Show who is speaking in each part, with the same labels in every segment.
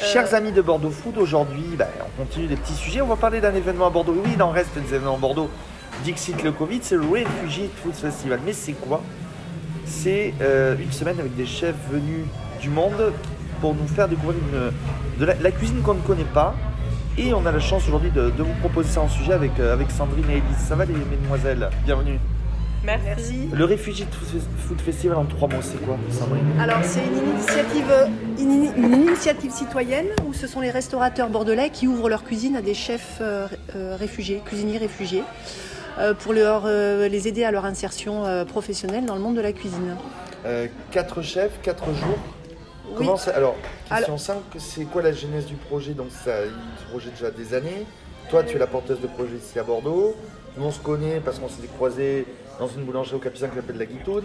Speaker 1: Chers amis de Bordeaux Food, aujourd'hui, on continue des petits sujets. On va parler d'un événement à Bordeaux. Oui, il en reste des événements à Bordeaux. Dixit le Covid, c'est le Refugee Food Festival. Mais c'est quoi? C'est une semaine avec des chefs venus du monde pour nous faire découvrir la cuisine qu'on ne connaît pas. Et on a la chance aujourd'hui de vous proposer ça en sujet avec Sandrine et Élise. Ça va les mesdemoiselles? Bienvenue.
Speaker 2: Merci.
Speaker 1: Le Refugee Food Festival en 3 mots, c'est quoi, Sandrine?
Speaker 2: Alors c'est une initiative citoyenne où ce sont les restaurateurs bordelais qui ouvrent leur cuisine à des chefs réfugiés, cuisiniers réfugiés, pour les aider à leur insertion professionnelle dans le monde de la cuisine.
Speaker 1: 4 chefs, 4 jours.
Speaker 2: Oui.
Speaker 1: Comment ça... Alors, question 5, c'est quoi la genèse du projet? Donc ça, il projet déjà des années. Toi, tu es la porteuse de projet ici à Bordeaux. Nous, on se connaît parce qu'on s'est croisés dans une boulangerie au Capucin qui s'appelle La Guitoune.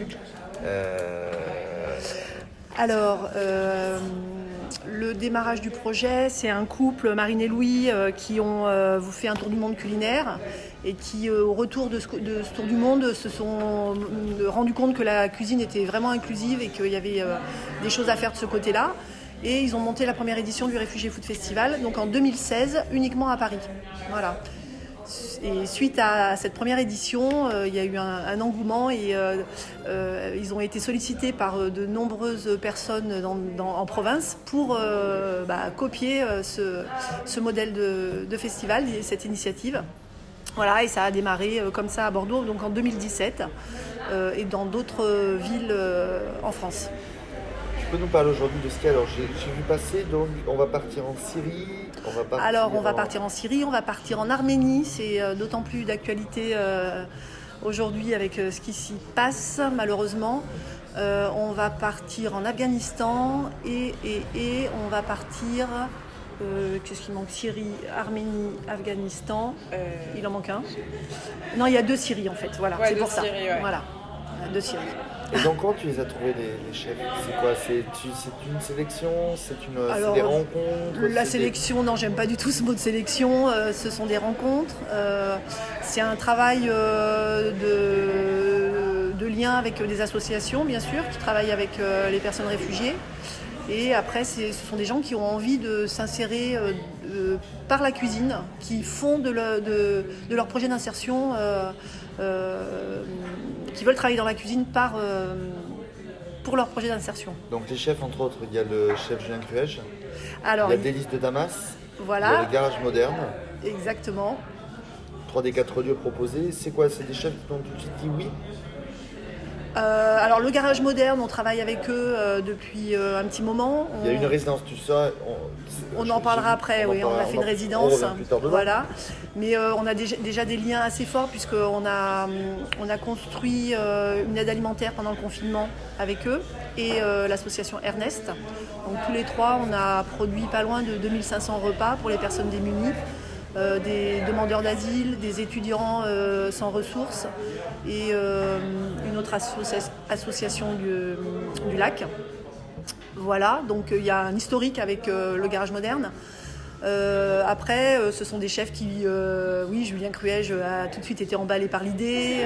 Speaker 2: Alors, le démarrage du projet, c'est un couple, Marine et Louis, qui ont fait un tour du monde culinaire et qui, au retour de ce tour du monde, se sont rendus compte que la cuisine était vraiment inclusive et qu'il y avait des choses à faire de ce côté-là. Et ils ont monté la première édition du Refugee Food Festival, donc en 2016, uniquement à Paris. Voilà. Et suite à cette première édition, il y a eu un engouement et ils ont été sollicités par de nombreuses personnes en province pour copier ce modèle de festival, cette initiative. Voilà, et ça a démarré comme ça à Bordeaux, donc en 2017, et dans d'autres villes en France.
Speaker 1: Tu peux nous parler aujourd'hui de ce qu'il y a? Alors, j'ai vu passer, donc on va partir en Syrie. On va partir en Syrie,
Speaker 2: on va partir en Arménie. C'est d'autant plus d'actualité aujourd'hui avec ce qui s'y passe, malheureusement. On va partir en Afghanistan et on va partir... qu'est-ce qui manque? Syrie, Arménie, Afghanistan. Il en manque un. Non, il y a 2 Syries en fait. Voilà, ouais, c'est pour ça. Syrie, ouais. Voilà, 2 Syries.
Speaker 1: Et donc, comment tu les as trouvés, les chefs? C'est quoi? C'est une sélection? C'est des rencontres?
Speaker 2: La sélection, non, j'aime pas du tout ce mot de sélection. Ce sont des rencontres. C'est un travail de lien avec des associations, bien sûr, qui travaillent avec les personnes réfugiées. Et après, ce sont des gens qui ont envie de s'insérer par la cuisine, qui font de leur projet d'insertion, qui veulent travailler dans la cuisine pour leur projet d'insertion.
Speaker 1: Donc les chefs, entre autres, il y a le chef Julien Cruège, il y a Délices de Damas,
Speaker 2: voilà.
Speaker 1: Il y a le Garage Moderne.
Speaker 2: Exactement.
Speaker 1: 3 des 4 lieux proposés. C'est quoi? C'est des chefs qui t'ont tout de suite dit oui?
Speaker 2: Alors le Garage Moderne, on travaille avec eux depuis un petit moment.
Speaker 1: Il y a une résidence, tu sais.
Speaker 2: On en parlera après, oui. On a fait une résidence, voilà. Mais on a déjà des liens assez forts puisqu'on a construit une aide alimentaire pendant le confinement avec eux et l'association Ernest. Donc tous les 3, on a produit pas loin de 2500 repas pour les personnes démunies. Des demandeurs d'asile, des étudiants sans ressources et une autre association du lac. Voilà, donc il y a un historique avec le Garage Moderne. Après, ce sont des chefs qui... oui, Julien Cruège a tout de suite été emballé par l'idée.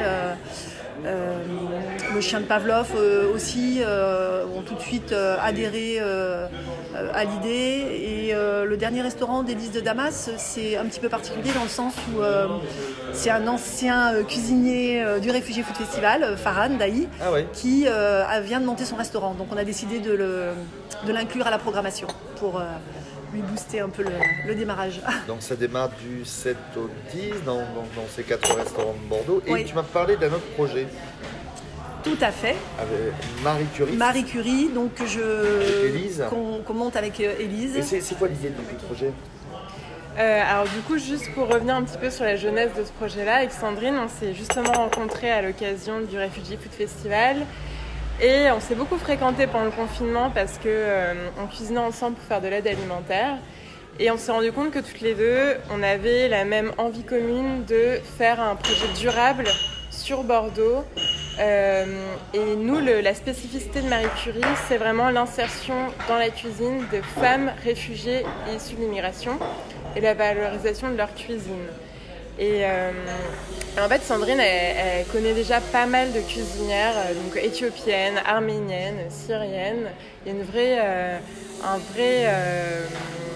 Speaker 2: Le chien de Pavlov aussi ont tout de suite adhéré à l'idée. Et le dernier restaurant Délices de Damas, c'est un petit peu particulier dans le sens où c'est un ancien cuisinier du Refugee Food Festival, Farhan Dahi, qui vient de monter son restaurant. Donc on a décidé de l'inclure à la programmation pour... lui booster un peu le démarrage.
Speaker 1: Donc ça démarre du 7 au 10 dans ces 4 restaurants de Bordeaux. Et oui. Tu m'as parlé d'un autre projet.
Speaker 2: Tout à fait.
Speaker 1: Avec Marie Curie.
Speaker 2: Marie Curie, donc
Speaker 1: Élise.
Speaker 2: Qu'on monte avec Élise.
Speaker 1: Et c'est quoi l'idée du projet?
Speaker 3: Alors du coup, juste pour revenir un petit peu sur la jeunesse de ce projet-là, avec Sandrine, on s'est justement rencontrés à l'occasion du Refugee Food Festival. Et on s'est beaucoup fréquentés pendant le confinement parce qu'on cuisinait ensemble pour faire de l'aide alimentaire. Et on s'est rendu compte que toutes les deux, on avait la même envie commune de faire un projet durable sur Bordeaux. Et nous, la spécificité de Marie Curie, c'est vraiment l'insertion dans la cuisine de femmes réfugiées et issues de l'immigration et la valorisation de leur cuisine. Et en fait, Sandrine, elle connaît déjà pas mal de cuisinières, donc éthiopiennes, arméniennes, syriennes. Il y a un vrai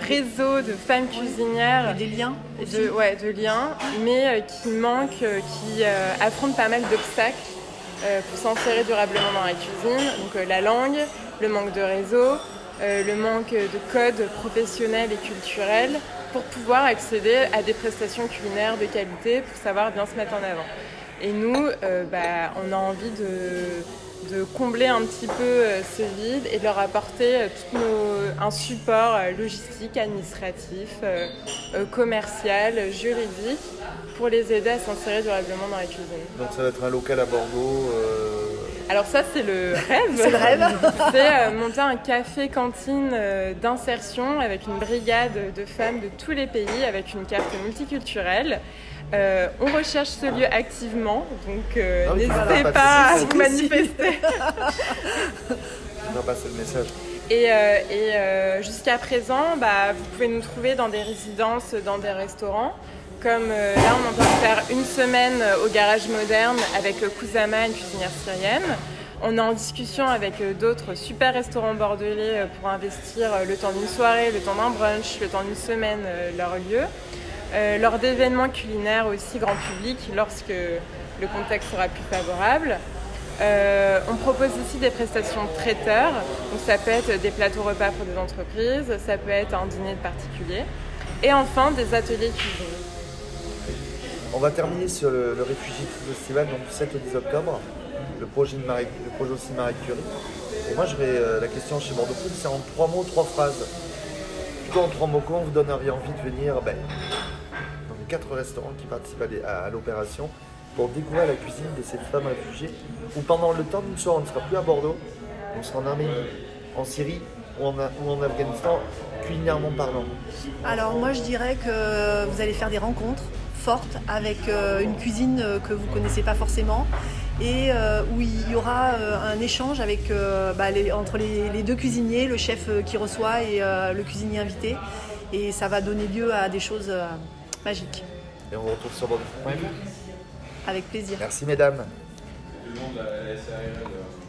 Speaker 3: réseau de femmes cuisinières.
Speaker 2: Et des liens aussi.
Speaker 3: De liens, mais qui manquent, qui affrontent pas mal d'obstacles pour s'insérer durablement dans la cuisine. Donc la langue, le manque de réseau, le manque de codes professionnels et culturels pour pouvoir accéder à des prestations culinaires de qualité pour savoir bien se mettre en avant. Et nous, on a envie de combler un petit peu ce vide et de leur apporter un support logistique, administratif, commercial, juridique pour les aider à s'insérer durablement dans la cuisine.
Speaker 1: Donc ça va être un local à Bordeaux
Speaker 3: Alors ça, c'est le rêve.
Speaker 2: C'est le rêve.
Speaker 3: C'est monter un café-cantine d'insertion avec une brigade de femmes de tous les pays, avec une carte multiculturelle. On recherche ce lieu activement, donc n'hésitez pas à vous manifester.
Speaker 1: On va passer le message.
Speaker 3: Et jusqu'à présent, vous pouvez nous trouver dans des résidences, dans des restaurants. Comme là, on est en train de faire une semaine au Garage Moderne avec Kusama, une cuisinière syrienne. On est en discussion avec d'autres super restaurants bordelais pour investir le temps d'une soirée, le temps d'un brunch, le temps d'une semaine leur lieu. Lors d'événements culinaires aussi grand public lorsque le contexte sera plus favorable. On propose ici des prestations de traiteurs, donc ça peut être des plateaux repas pour des entreprises, ça peut être un dîner de particulier, et enfin des ateliers cuisine.
Speaker 1: On va terminer sur le Refugee Festival, donc du 7 au 10 octobre, le projet aussi de Marie Curie. Et moi j'aurais la question chez Bordeaux Food, c'est en 3 mots, 3 phrases. Plutôt en 3 mots, comment vous donneriez envie de venir dans les 4 restaurants qui participent à l'opération pour découvrir la cuisine de ces femmes réfugiées, où pendant le temps d'une soirée on ne sera plus à Bordeaux, on sera en Arménie, en Syrie ou en Afghanistan, culinairement parlant.
Speaker 2: Alors moi je dirais que vous allez faire des rencontres fortes avec une cuisine que vous ne connaissez pas forcément et où il y aura un échange avec, entre les deux cuisiniers, le chef qui reçoit et le cuisinier invité, et ça va donner lieu à des choses magiques.
Speaker 1: Et on vous retrouve sur bordeauxfood.fr.
Speaker 2: Avec plaisir.
Speaker 1: Merci mesdames.
Speaker 4: Le nom de la SARL.